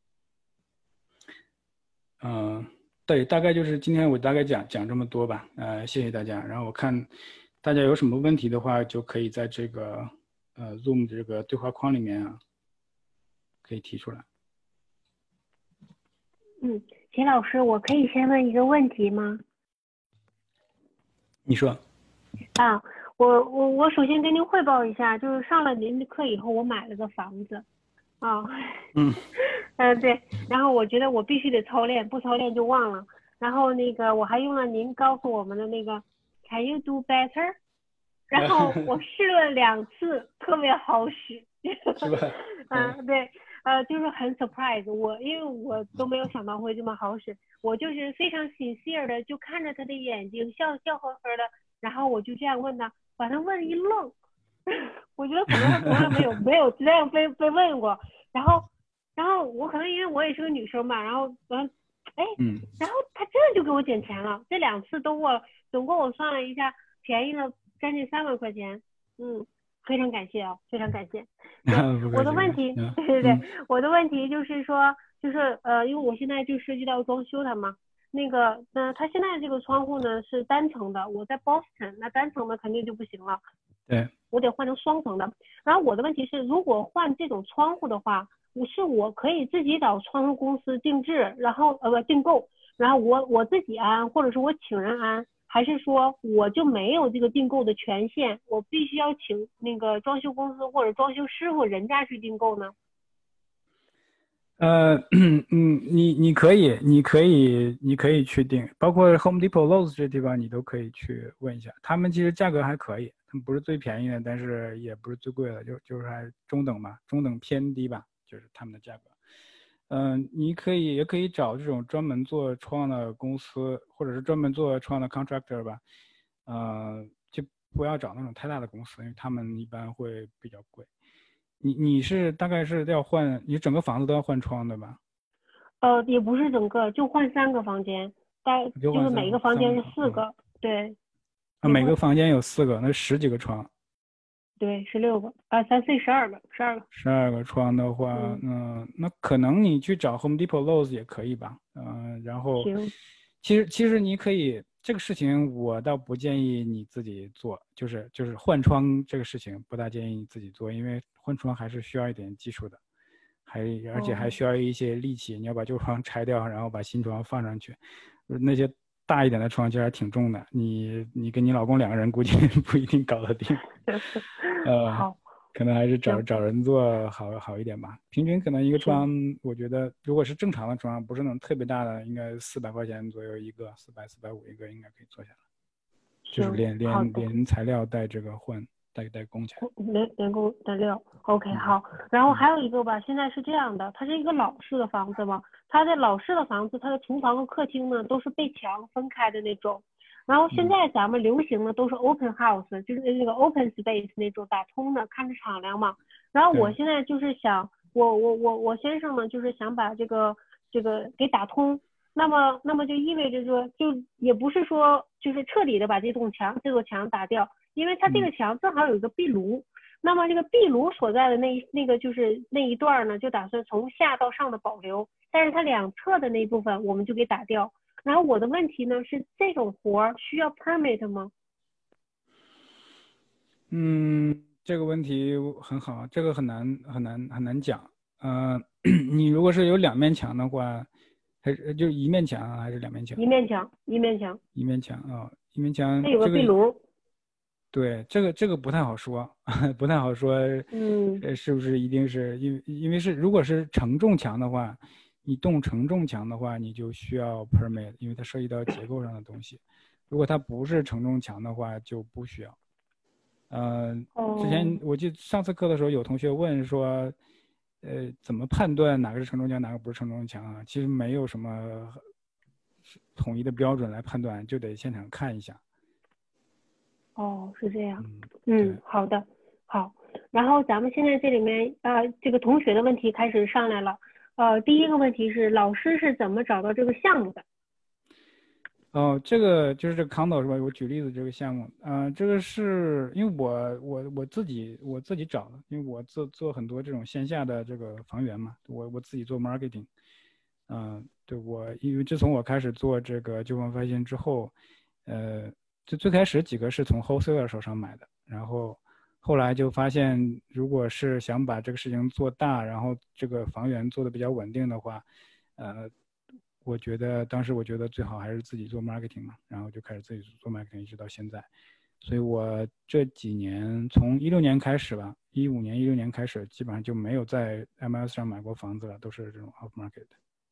S2: 对，大概就是今天我大概讲这么多吧谢谢大家。然后我看大家有什么问题的话，就可以在这个Zoom 这个对话框里面可以提出来。
S1: 秦老师，我可以先问一个问题吗？
S2: 你说。
S1: 我首先跟您汇报一下，就是上了您的课以后，我买了个房子对，然后我觉得我必须得操练，不操练就忘了。然后那个我还用了您告诉我们的那个 Can you do better？ 然后我试了2次，特别好使。
S2: 是吧？
S1: 对，就是很 surprise 因为我都没有想到会这么好使。我就是非常 sincere 的，就看着他的眼睛，笑呵呵的，然后我就这样问他，把他问一愣。我觉得可能他从来没有这样被问过。然后我可能因为我也是个女生嘛，然后然后他真的就给我减钱了，这2次都总共我算了一下，便宜了将近3万块钱。非常感谢非常感谢。我的问题，对，我的问题就是说，就是因为我现在就涉及到装修它嘛，那个他现在这个窗户呢是单层的，我在 Boston， 那单层的肯定就不行了。
S2: 对，
S1: 我得换成双层的。然后我的问题是，如果换这种窗户的话，我可以自己找窗户公司定制，然后订购，然后我自己安，或者是我请人安，还是说我就没有这个订购的权限，我必须要请那个装修公司或者装修师傅人家去订购呢？
S2: 你可以去定，包括 Home Depot、Lowe's 这地方你都可以去问一下，他们其实价格还可以，他们不是最便宜的，但是也不是最贵的，就是还中等吧，中等偏低吧，就是他们的价格。也可以找这种专门做窗的公司，或者是专门做窗的 contractor 吧，就不要找那种太大的公司，因为他们一般会比较贵。你是大概是要换，你整个房子都要换窗的吧？
S1: 也不是整个，就换3个房间，就是每个房间是4个，对，
S2: 每个房间有4个，那10几个窗。
S1: 对，16个，3、4、12个，12个。
S2: 12个窗的话，那可能你去找 Home Depot、Lowe's 也可以吧，然后，
S1: 行，
S2: 其实你可以这个事情，我倒不建议你自己做，就是换窗这个事情不大建议你自己做，因为换窗还是需要一点技术的，而且还需要一些力气，你要把旧窗拆掉，然后把新窗放上去，那些大一点的窗其实还挺重的，你跟你老公2个人估计不一定搞得定，
S1: 好。
S2: 可能还是找人做好一点吧。平均可能一个窗，我觉得如果是正常的窗，不是那种特别大的，应该400块钱左右一个，400、450一个应该可以做下来。就是连材料带这个换带工钱。
S1: 连工带料。OK， 好。然后还有一个吧，现在是这样的，它是一个老式的房子嘛，它的老式的房子，它的厨房和客厅呢都是被墙分开的那种。然后现在咱们流行的都是 open house，就是那个 open space 那种打通的，看着敞亮嘛。然后我现在就是想，我先生呢就是想把这个给打通，那么就意味着说，就也不是说就是彻底的把这座墙打掉，因为它这个墙正好有一个壁炉，那么这个壁炉所在的那个就是那一段呢，就打算从下到上的保留，但是它2侧的那一部分我们就给打掉。然后我的问题呢是，这种活需要 permit 吗？
S2: 这个问题很好，这个很难讲。你如果是有2面墙的话，还是就1面墙还是2面墙？
S1: 一面墙。
S2: 一面墙啊，一面墙。
S1: 它有个壁炉。
S2: 对，这个不太好说，不太好说。是不是一定是因为如果是承重墙的话，你动承重墙的话，你就需要 permit， 因为它涉及到结构上的东西。如果它不是承重墙的话，就不需要。之前我记得上次课的时候，有同学问说，怎么判断哪个是承重墙，哪个不是承重墙啊？其实没有什么统一的标准来判断，就得现场看一下。
S1: 是这样。好的，好。然后咱们现在这里面这个同学的问题开始上来了。第一个问题是老师是怎么找到这个项目的？
S2: 这个就是这个 condo 是吧？我举例子这个项目，这个是因为我自己找的，因为我做很多这种线下的这个房源嘛，我自己做 marketing，对，因为自从我开始做这个旧房翻新之后，就最开始几个是从 wholesaler 手上买的，然后后来就发现，如果是想把这个事情做大，然后这个房源做的比较稳定的话，当时我觉得最好还是自己做 marketing 嘛，然后就开始自己做 marketing，一直到现在。所以我这几年从16年开始吧，15年、16年开始，基本上就没有在 MLS 上买过房子了，都是这种 off market。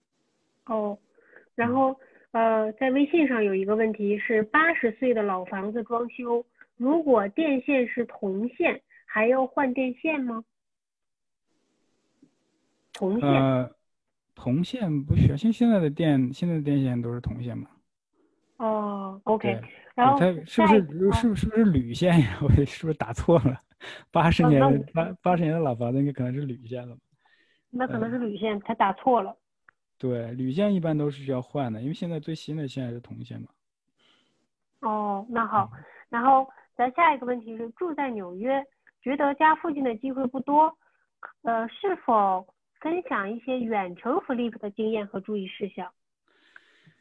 S1: 然后在微信上有一个问题是，80岁的老房子装修，如果电线是铜线，还要换电线吗？
S2: 铜线不需要，现在的电线都是铜线嘛。
S1: OK。然后
S2: 它是不是铝线呀？我是不是打错了？80年的老房子应该可能是铝线了。
S1: 那可能是铝线，它打错了。
S2: 对，铝线一般都是需要换的，因为现在最新的线是铜线嘛。
S1: 那好。然后咱下一个问题是，住在纽约，觉得家附近的机会不多，是否分享一些远程 flip 的经验和注意事项？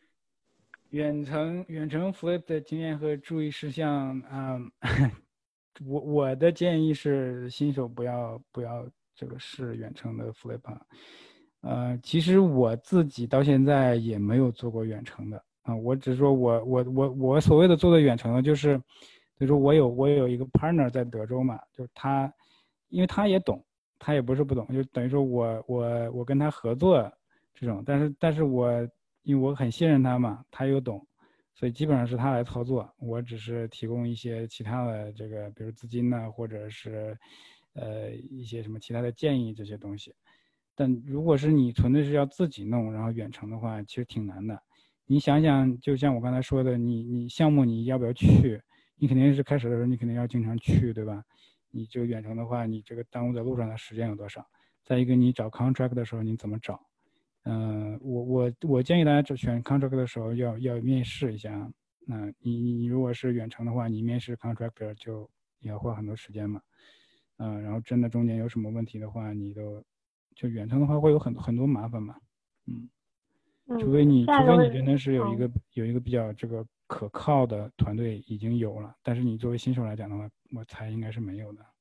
S2: 远程 flip 的经验和注意事项， 我的建议是新手不要这个试远程的 Flip 啊。其实我自己到现在也没有做过远程的啊，我只是说我所谓的做的远程的就是，比如说我有一个 partner 在德州嘛，就是他，因为他也懂，他也不是不懂，就等于说我跟他合作这种，但是因为我很信任他嘛，他又懂。所以基本上是他来操作，我只是提供一些其他的这个，比如资金呢，或者是一些什么其他的建议这些东西。但如果是你纯粹是要自己弄，然后远程的话，其实挺难的。你想想，就像我刚才说的，你项目你要不要去？你肯定是开始的时候你肯定要经常去，对吧？你这个远程的话，你这个耽误在路上的时间有多少？再一个，你找 contract 的时候你怎么找？我建议大家选 contract 的时候要面试一下。那你如果是远程的话，你面试 contractor 就也要花很多时间嘛。然后真的中间有什么问题的话，就远程的话会有很多麻烦嘛。除非你真的是有一个比较这个可靠的团队已经有了，但是你作为新手来讲的话，我猜应该是没有的。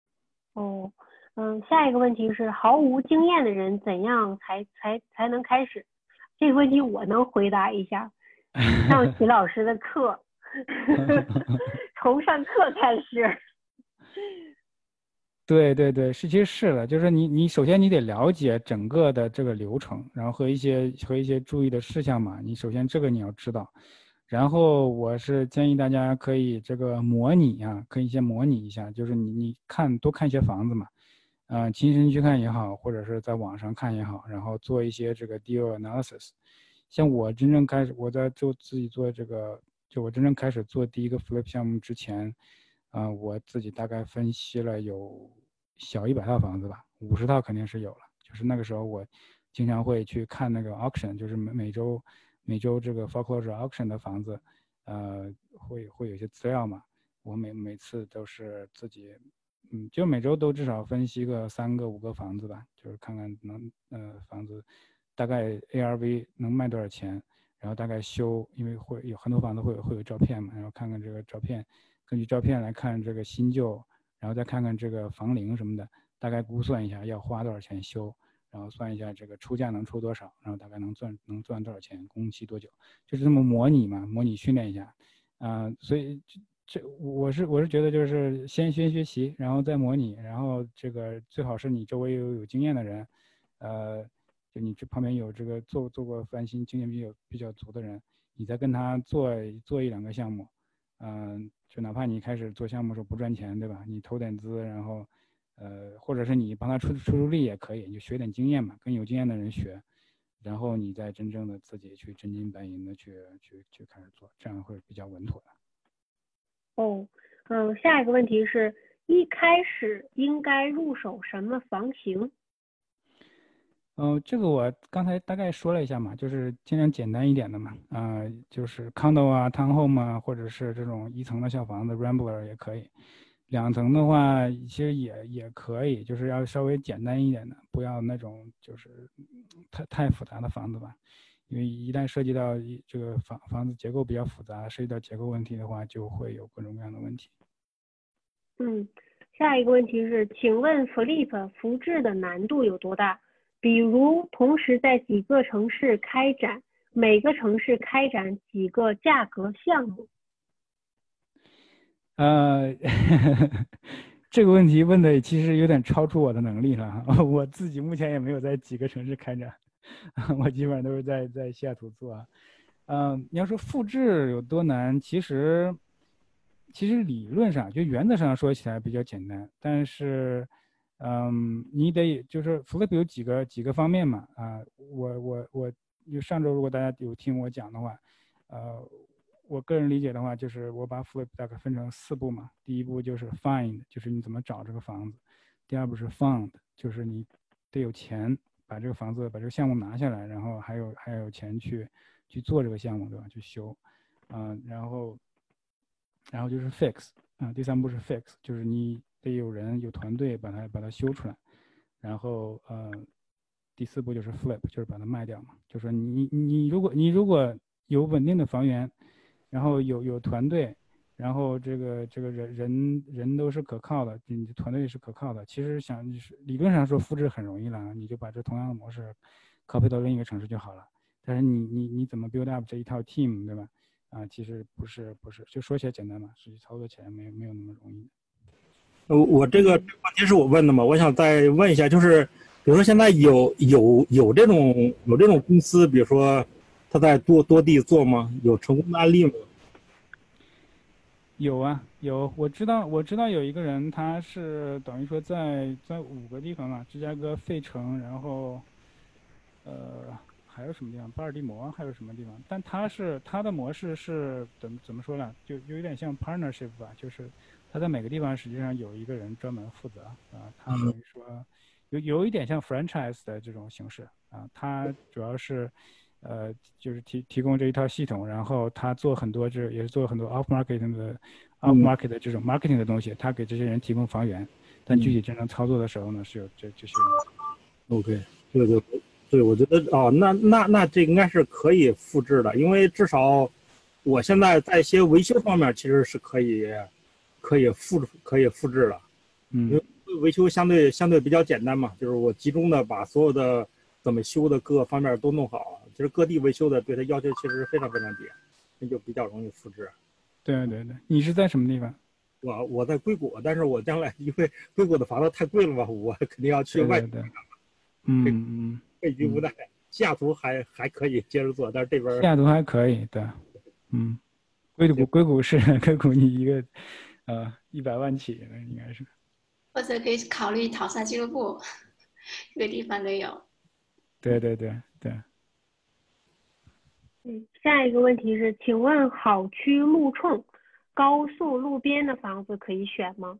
S1: 下一个问题是毫无经验的人怎样才能开始？这个问题我能回答一下，上齐老师的课，从上课开始。
S2: 对，其实是的，就是你首先你得了解整个的这个流程，然后和一些注意的事项嘛，你首先这个你要知道。然后我是建议大家可以这个模拟啊，可以先模拟一下，就是你多看一些房子嘛，亲身去看也好，或者是在网上看也好，然后做一些这个 deal analysis。像我真正开始我在自己做这个，就我真正开始做第一个 flip 项目之前，我自己大概分析了有小100套房子吧，50套肯定是有了。就是那个时候我经常会去看那个 auction，就是每周这个 foreclosure auction 的房子，会有一些资料嘛。我每次都是自己，就每周都至少分析个3个5个房子吧，就是看看房子大概 ARV 能卖多少钱，然后大概修，因为会有很多房子会有照片嘛，然后看看这个照片，根据照片来看这个新旧，然后再看看这个房龄什么的，大概估算一下要花多少钱修，然后算一下这个出价能出多少，然后大概能赚多少钱，工期多久，就是这么模拟嘛，模拟训练一下，所以我是觉得就是先学习，然后再模拟，然后这个最好是你周围有经验的人，就你这旁边有这个做过翻新经验比较足的人，你再跟他做1-2个项目，就哪怕你开始做项目的时候不赚钱，对吧？你投点资，然后或者是你帮他出力也可以，你就学点经验嘛，跟有经验的人学，然后你再真正的自己去真金白银的去开始做，这样会比较稳妥的。
S1: 下一个问题是一开始应该入手什么房型？
S2: 这个我刚才大概说了一下嘛，就是尽量简单一点的嘛，就是 condo 啊、townhome 啊，或者是这种1层的小房子 Rambler 也可以。2层的话，其实也可以，就是要稍微简单一点的，不要那种就是太复杂的房子吧，因为一旦涉及到这个房子结构比较复杂，涉及到结构问题的话，就会有各种各样的问题。
S1: 下一个问题是，请问 Flip 复制的难度有多大？比如同时在几个城市开展，每个城市开展几个价格项目？
S2: 这个问题问的其实有点超出我的能力了。我自己目前也没有在几个城市开展，我基本上都是在西雅图做。你要说复制有多难，其实理论上就原则上说起来比较简单，但是你得就是 Flip 有几个方面嘛，我就上周如果大家有听我讲的话，我个人理解的话，就是我把 Flip 大概分成4步嘛。第一步就是 Find， 就是你怎么找这个房子；第二步是 Found， 就是你得有钱把这个房子把这个项目拿下来，然后还有钱去做这个项目，对吧？去修，然后就是 Fix，第3步是 Fix， 就是你得有人有团队把它修出来，然后第4步就是 Flip， 就是把它卖掉嘛。就是说你如果有稳定的房源，然后有团队， 然后这个人都是可靠的，你的团队是可靠的。其实理论上说复制很容易了，你就把这同样的模式 copy 到另一个城市就好了。但是你怎么 build up 这一套 team， 对吧？其实不是，就说起来简单嘛，实际操作起来没有那么容易。
S4: 我这个问题是我问的嘛，我想再问一下，就是比如说现在有这种公司，比如说他在多地做吗？有成功的案例吗？
S2: 有啊，有，我知道有一个人，他是等于说在5个地方嘛，芝加哥、费城，然后还有什么地方，巴尔的摩，还有什么地方？但他的模式是怎么说呢？就有点像 partnership 吧，就是他在每个地方实际上有一个人专门负责他等于说有一点像 franchise 的这种形式他主要是就是提供这一套系统，然后他做很多也是做很多 off market 的这种 marketing 的东西，他给这些人提供房源，但具体真正操作的时候呢，是有这些人。
S4: OK， 对，我觉得那这应该是可以复制的，因为至少我现在在一些维修方面其实是可以复制的，因为维修相对比较简单嘛，就是我集中的把所有的怎么修的各个方面都弄好，其实各地维修的对它要求其实非常低，那就比较容易复制。
S2: 对，你是在什么地方？
S4: 我在硅谷，但是我将来因为硅谷的房子太贵了嘛，我肯定要去外地。废居无奈，西雅图还可以接着做，但是这边
S2: 西雅图还可以，对，硅谷是硅谷，你一个100万起的应该是，
S3: 或者可以考虑淘沙俱乐部，这个地方都有。
S2: 对。
S1: 下一个问题是，请问好区路冲，高速路边的房子可以选吗？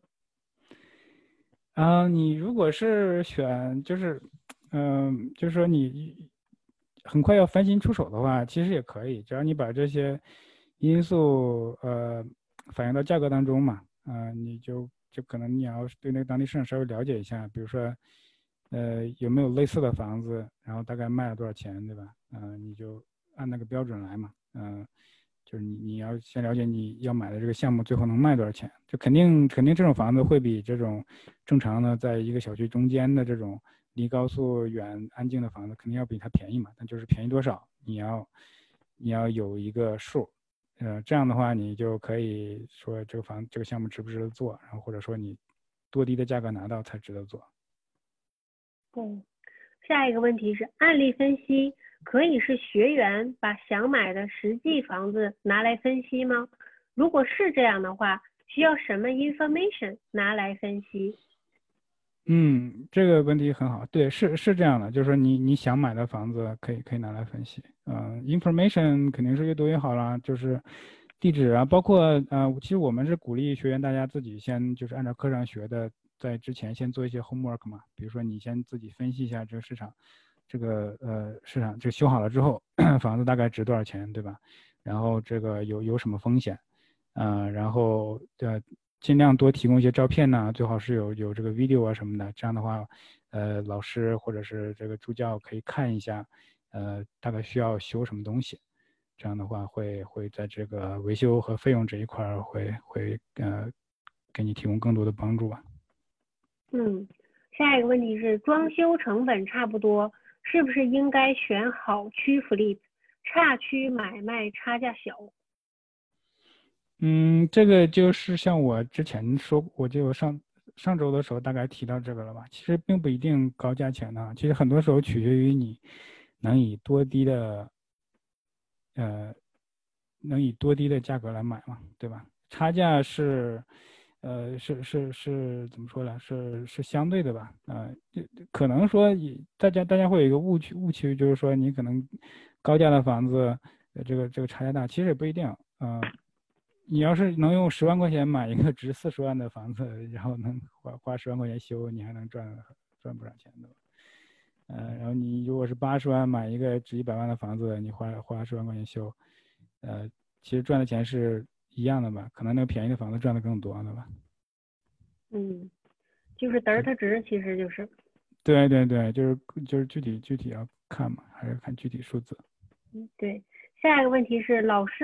S2: 你如果是选就是说你很快要翻新出手的话，其实也可以，只要你把这些因素反映到价格当中嘛，你就可能你要对那个当地市场稍微了解一下，比如说有没有类似的房子，然后大概卖了多少钱，对吧？你就按那个标准来嘛，就是你要先了解你要买的这个项目最后能卖多少钱，就肯定这种房子会比这种正常的在一个小区中间的这种离高速远安静的房子肯定要比它便宜嘛，但就是便宜多少你要有一个数，这样的话你就可以说这个项目值不值得做，然后或者说你多低的价格拿到才值得做。
S1: 对，下一个问题是，案例分析可以是学员把想买的实际房子拿来分析吗？如果是这样的话，需要什么 information 拿来分析？
S2: 这个问题很好，对，是这样的，就是说你想买的房子可以拿来分析，information 肯定是越多越好啦，就是地址啊，包括其实我们是鼓励学员大家自己先就是按照课上学的，在之前先做一些 homework 嘛，比如说你先自己分析一下这个市场，市场这修好了之后房子大概值多少钱，对吧？然后这个有什么风险，然后尽量多提供一些照片呢，最好是有这个 video 啊什么的，这样的话，老师或者是这个助教可以看一下，大概需要修什么东西，这样的话会在这个维修和费用这一块会给你提供更多的帮助吧。
S1: 下一个问题是，装修成本差不多，是不是应该选好区 flip， 差区买卖差价小？
S2: 这个就是像我之前说，我就上周的时候大概提到这个了吧。其实并不一定高价钱呢，其实很多时候取决于你能以多低的价格来买嘛，对吧？差价是怎么说呢？是相对的吧？可能说大家会有一个误区，就是说你可能高价的房子这个差价大，其实也不一定。你要是能用10万块钱买一个值40万的房子，然后能花10万块钱修，你还能赚不少钱的。然后你如果是80万买一个值100万的房子，你花10万块钱修，其实赚的钱是一样的吧？可能那个便宜的房子赚的更多，对吧？
S1: 就是得它值，其实就是。
S2: 对，就是具体要看嘛，还是看具体数字。
S1: 对，下一个问题是，老师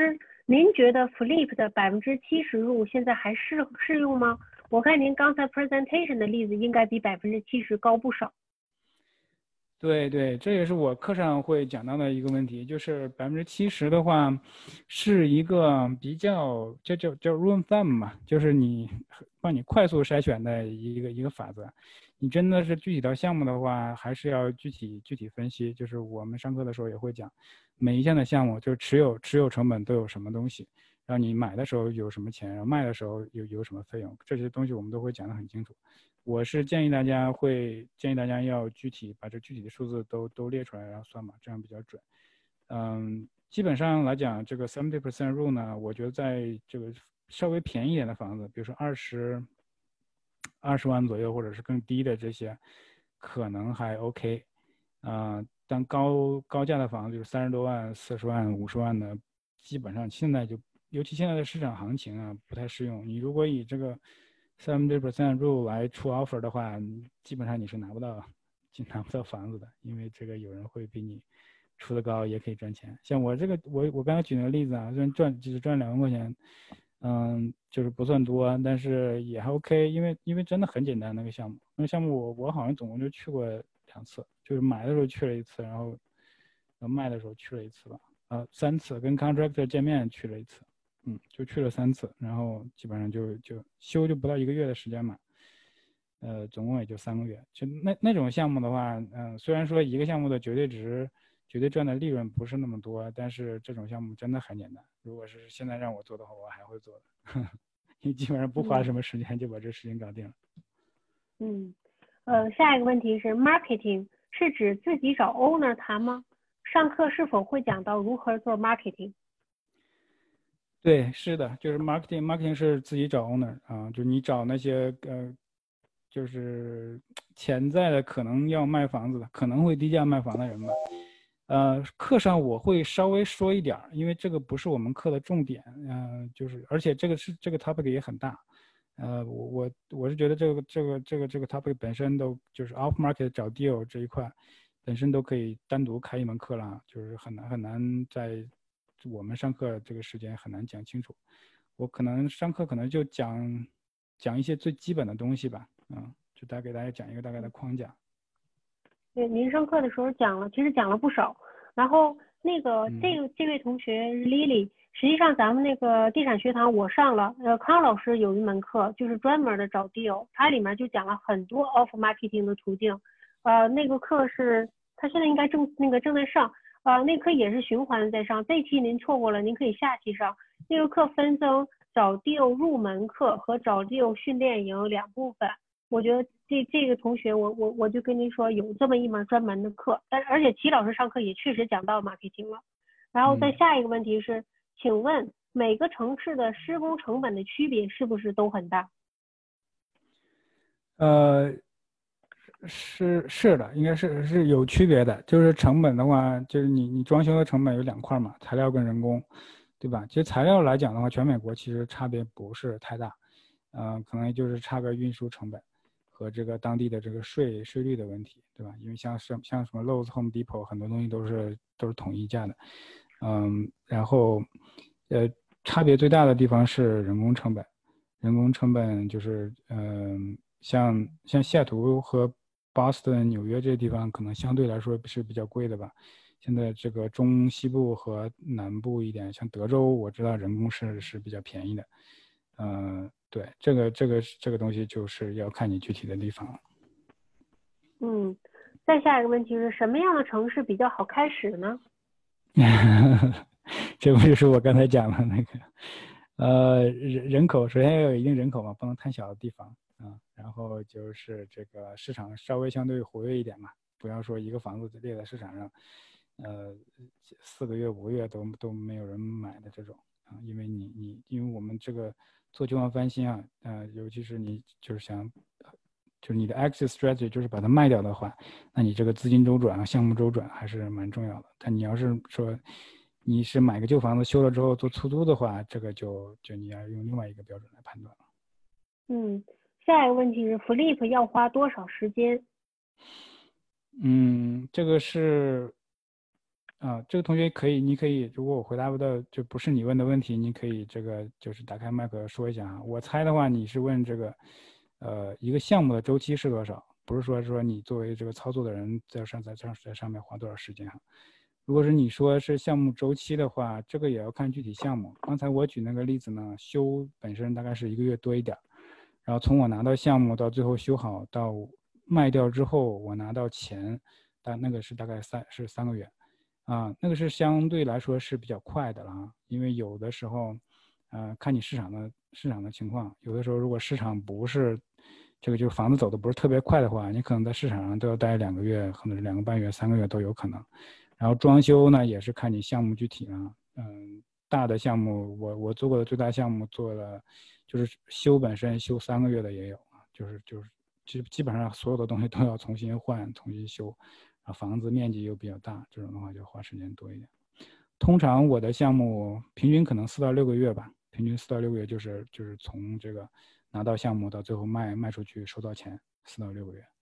S1: 您觉得 Flip 的70%入现在还适用吗？我看您刚才 presentation 的例子应该比70%高不少。
S2: 对对，这也是我课上会讲到的一个问题，就是70%的话，是一个比较叫 rule of thumb 嘛，就是帮你快速筛选的一个法则。你真的是具体到项目的话，还是要具体分析。就是我们上课的时候也会讲，每一项的项目就是持有成本都有什么东西，然后你买的时候有什么钱，然后卖的时候有什么费用，这些东西我们都会讲得很清楚。我是建议大家要把这具体的数字都列出来，然后算嘛，这样比较准。基本上来讲，这个70% rule 呢，我觉得在这个稍微便宜一点的房子，比如说20万左右，或者是更低的这些，可能还 OK。但高价的房子，就是30多万、40万、50万的，基本上现在尤其现在的市场行情啊，不太适用。你如果以这个70% rule 来出 offer 的话，基本上你是拿不到房子的，因为这个有人会比你出的高，也可以赚钱。像我这个，我刚才举那个例子啊，只赚2万块钱，就是不算多，但是也还 OK，因为真的很简单那个项目。那个项目我好像总共就去过2次，就是买的时候去了1次，然后卖的时候去了1次吧，3次，跟 contractor 见面去了1次。就去了3次，然后基本上就修就不到1个月的时间嘛，总共也就3个月。就那种项目的话，虽然说一个项目的绝对赚的利润不是那么多，但是这种项目真的很简单。如果是现在让我做的话，我还会做的，因为基本上不花什么时间就把这事情搞定了。
S1: 下一个问题是 marketing 是指自己找 owner 谈吗？上课是否会讲到如何做 marketing？
S2: 对，是的，就是 marketing 是自己找 owner 啊，就你找那些就是潜在的可能要卖房子的，可能会低价卖房的人吧。课上我会稍微说一点，因为这个不是我们课的重点，就是而且这个 topic 也很大，我是觉得这个 topic 本身都就是 off market 找 deal 这一块本身都可以单独开一门课了，就是很难在我们上课这个时间很难讲清楚。我可能上课可能就讲一些最基本的东西吧，就给大家讲一个大概的框架。
S1: 对，您上课的时候其实讲了不少。然后那个这位同学 Lily， 实际上咱们那个地产学堂我上了，康老师有一门课就是专门的找 deal， 它里面就讲了很多 off marketing 的途径。那个课是他现在应该正在上，那课也是循环在上。这期您错过了，您可以下期上。那个课分成找 deal 入门课和找 deal 训练营2部分。我觉得这个同学，我就跟您说有这么一门专门的课，而且齐老师上课也确实讲到marketing了。然后再下一个问题是，请问每个城市的施工成本的区别是不是都很大？
S2: 是的，应该是有区别的。就是成本的话，就是你装修的成本有2块嘛，材料跟人工，对吧？其实材料来讲的话，全美国其实差别不是太大，可能也就是差个运输成本和这个当地的这个税率的问题，对吧？因为像什么 Lowe's、Home Depot 很多东西都是统一价的，然后差别最大的地方是人工成本。人工成本就是像西雅图和Boston、纽约这些地方可能相对来说是比较贵的吧。现在这个中西部和南部一点，像德州，我知道人工是比较便宜的。对，这个东西就是要看你具体的地方了。
S1: 再下一个问题是什么样的城市比较好开始呢？
S2: 这不就是我刚才讲的那个，人口首先要有一定人口嘛，不能太小的地方然后就是这个市场稍微相对活跃一点嘛，不要说一个房子列在市场上，4个月5个月都没有人买的这种因为因为我们这个做旧房翻新尤其是你就是你的 exit strategy 就是把它卖掉的话，那你这个资金周转项目周转还是蛮重要的。但你要是说你是买个旧房子修了之后做出租的话，这个就你要用另外一个标准来判断了。
S1: 下一个问题是 Flip 要花多少时间？
S2: 这个是这个同学可以，你可以，如果我回答不到，就不是你问的问题，你可以这个就是打开麦克说一下啊。我猜的话，你是问这个，一个项目的周期是多少？不是说你作为这个操作的人在上面花多少时间哈。如果是你说是项目周期的话，这个也要看具体项目。刚才我举那个例子呢，修本身大概是1个月多一点，然后从我拿到项目到最后修好到卖掉之后，我拿到钱，但那个是大概3个月。那个是相对来说是比较快的了啊，因为有的时候，看你市场的情况，有的时候如果市场不是这个就是房子走的不是特别快的话，你可能在市场上都要待2个月，可能是2个半月、3个月都有可能。然后装修呢也是看你项目具体啊，大的项目我做过的最大项目做了，就是修本身修3个月的也有啊，就是基本上所有的东西都要重新换、重新修。房子面积又比较大，这种的话就花时间多一点。通常我的项目平均可能4到6个月吧，平均4到6个月就是从这个拿到项目到最后卖出去收到钱，4到6个月。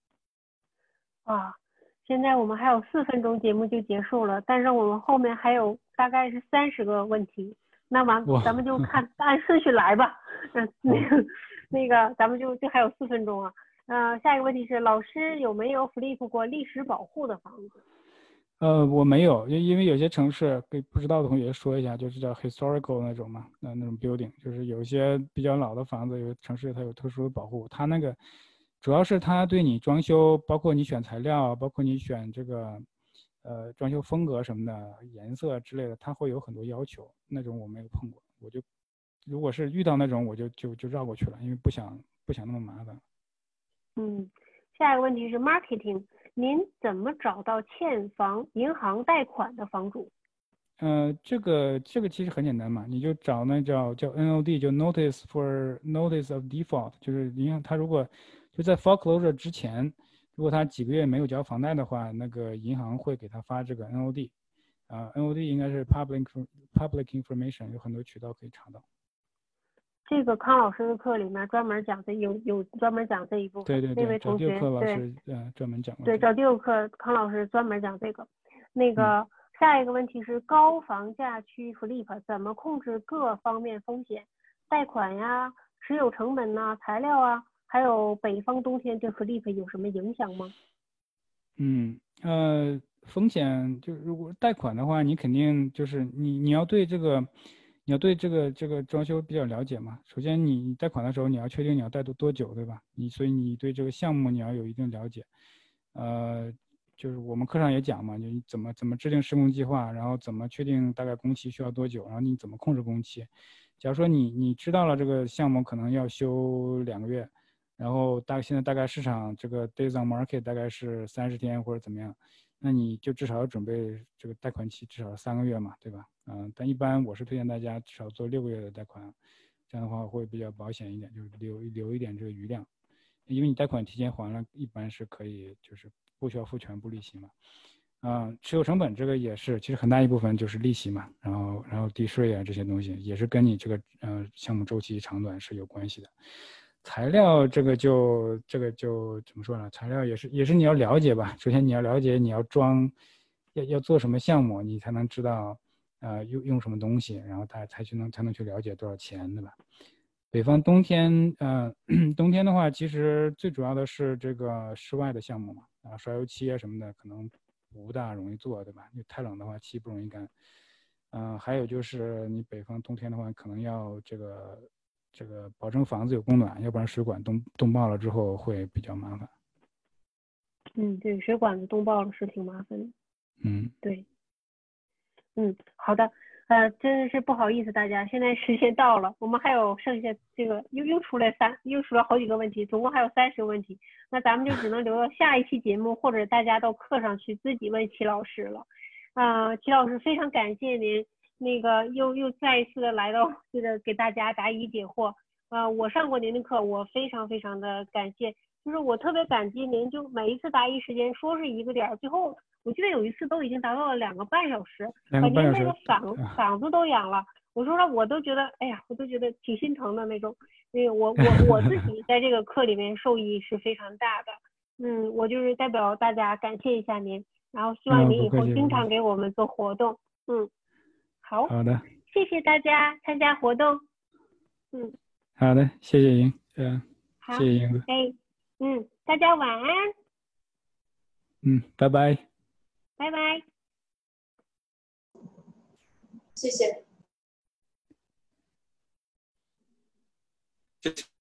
S1: 现在我们还有4分钟节目就结束了，但是我们后面还有大概是30个问题，那完咱们就按顺序来吧。那个咱们就还有4分钟啊。下一个问题是，老师有没有 flip 过历史保护的房子？
S2: 我没有，因为有些城市给不知道的同学说一下，就是叫 historical 那种嘛，那种 building， 就是有一些比较老的房子，有城市它有特殊的保护，它那个主要是它对你装修，包括你选材料，包括你选这个装修风格什么的，颜色之类的，它会有很多要求，那种我没有碰过，我就如果是遇到那种，我就绕过去了，因为不想那么麻烦。
S1: 下一个问题是 marketing， 您怎么找到欠房银行贷款的房主？
S2: 这个其实很简单嘛，你就找那叫 NOD， 就 Notice of Default， 就是银行它如果就在 foreclosure 之前，如果他几个月没有交房贷的话，那个银行会给他发这个 NOD，NOD 应该是 public information， 有很多渠道可以查到。
S1: 这个康老师的课里面专门讲有专门讲这一部分。
S2: 对，
S1: 那位同学
S2: 赵老师专门讲过。
S1: 对，赵第课康老师专门讲这个。那个下一个问题是高房价区 flip 怎么控制各方面风险？贷款呀、持有成本呐、材料啊，还有北方冬天对 flip 有什么影响吗？
S2: 风险就如果贷款的话，你肯定就是你要对这个。你要对这个装修比较了解嘛？首先，你贷款的时候，你要确定你要贷多久，对吧？所以你对这个项目你要有一定了解。就是我们课上也讲嘛，你怎么制定施工计划，然后怎么确定大概工期需要多久，然后你怎么控制工期。假如说你知道了这个项目可能要修2个月，然后现在大概市场这个 days on market 大概是30天或者怎么样，那你就至少要准备这个贷款期至少3个月嘛，对吧？但一般我是推荐大家至少做6个月的贷款，这样的话会比较保险一点，就是留一点这个余量，因为你贷款提前还了，一般是可以就是不需要付全部利息嘛。持有成本这个也是，其实很大一部分就是利息嘛，然后地税啊这些东西也是跟你这个项目周期长短是有关系的。材料这个就怎么说呢？材料也是你要了解吧。首先你要了解你要要做什么项目，你才能知道用什么东西，然后才能去了解多少钱，对吧？北方冬天冬天的话，其实最主要的是这个室外的项目嘛，刷油漆啊什么的可能不大容易做，对吧？因为太冷的话漆不容易干。还有就是你北方冬天的话，可能要这个保证房子有供暖，要不然水管冻爆了之后会比较麻烦。
S1: 对，水管子冻爆了是挺麻烦的。对。好的，真是不好意思大家，现在时间到了，我们还有剩下这个又出了好几个问题，总共还有30个问题，那咱们就只能留到下一期节目，或者大家到课上去自己问齐老师了。齐老师非常感谢您，那个又再一次的来到这个给大家答疑解惑。我上过您的课，我非常非常的感谢，就是我特别感激您，就每一次答疑时间说是1个点，最后我记得有一次都已经达到了2个半小时，把您那个嗓子都痒了。我说我都觉得，哎呀，我都觉得挺心疼的那种。因为我自己在这个课里面受益是非常大的。我就是代表大家感谢一下您。 然后希望你以后
S2: 不客气
S1: 经常给我们做活动。好，
S2: 好的，
S1: 谢谢大家参加活动。
S2: 好的，谢谢莹，
S1: 好，
S2: 谢谢莹子，
S1: 大家晚安，
S2: 拜拜。
S1: 拜拜。
S3: 谢谢。
S5: 谢谢。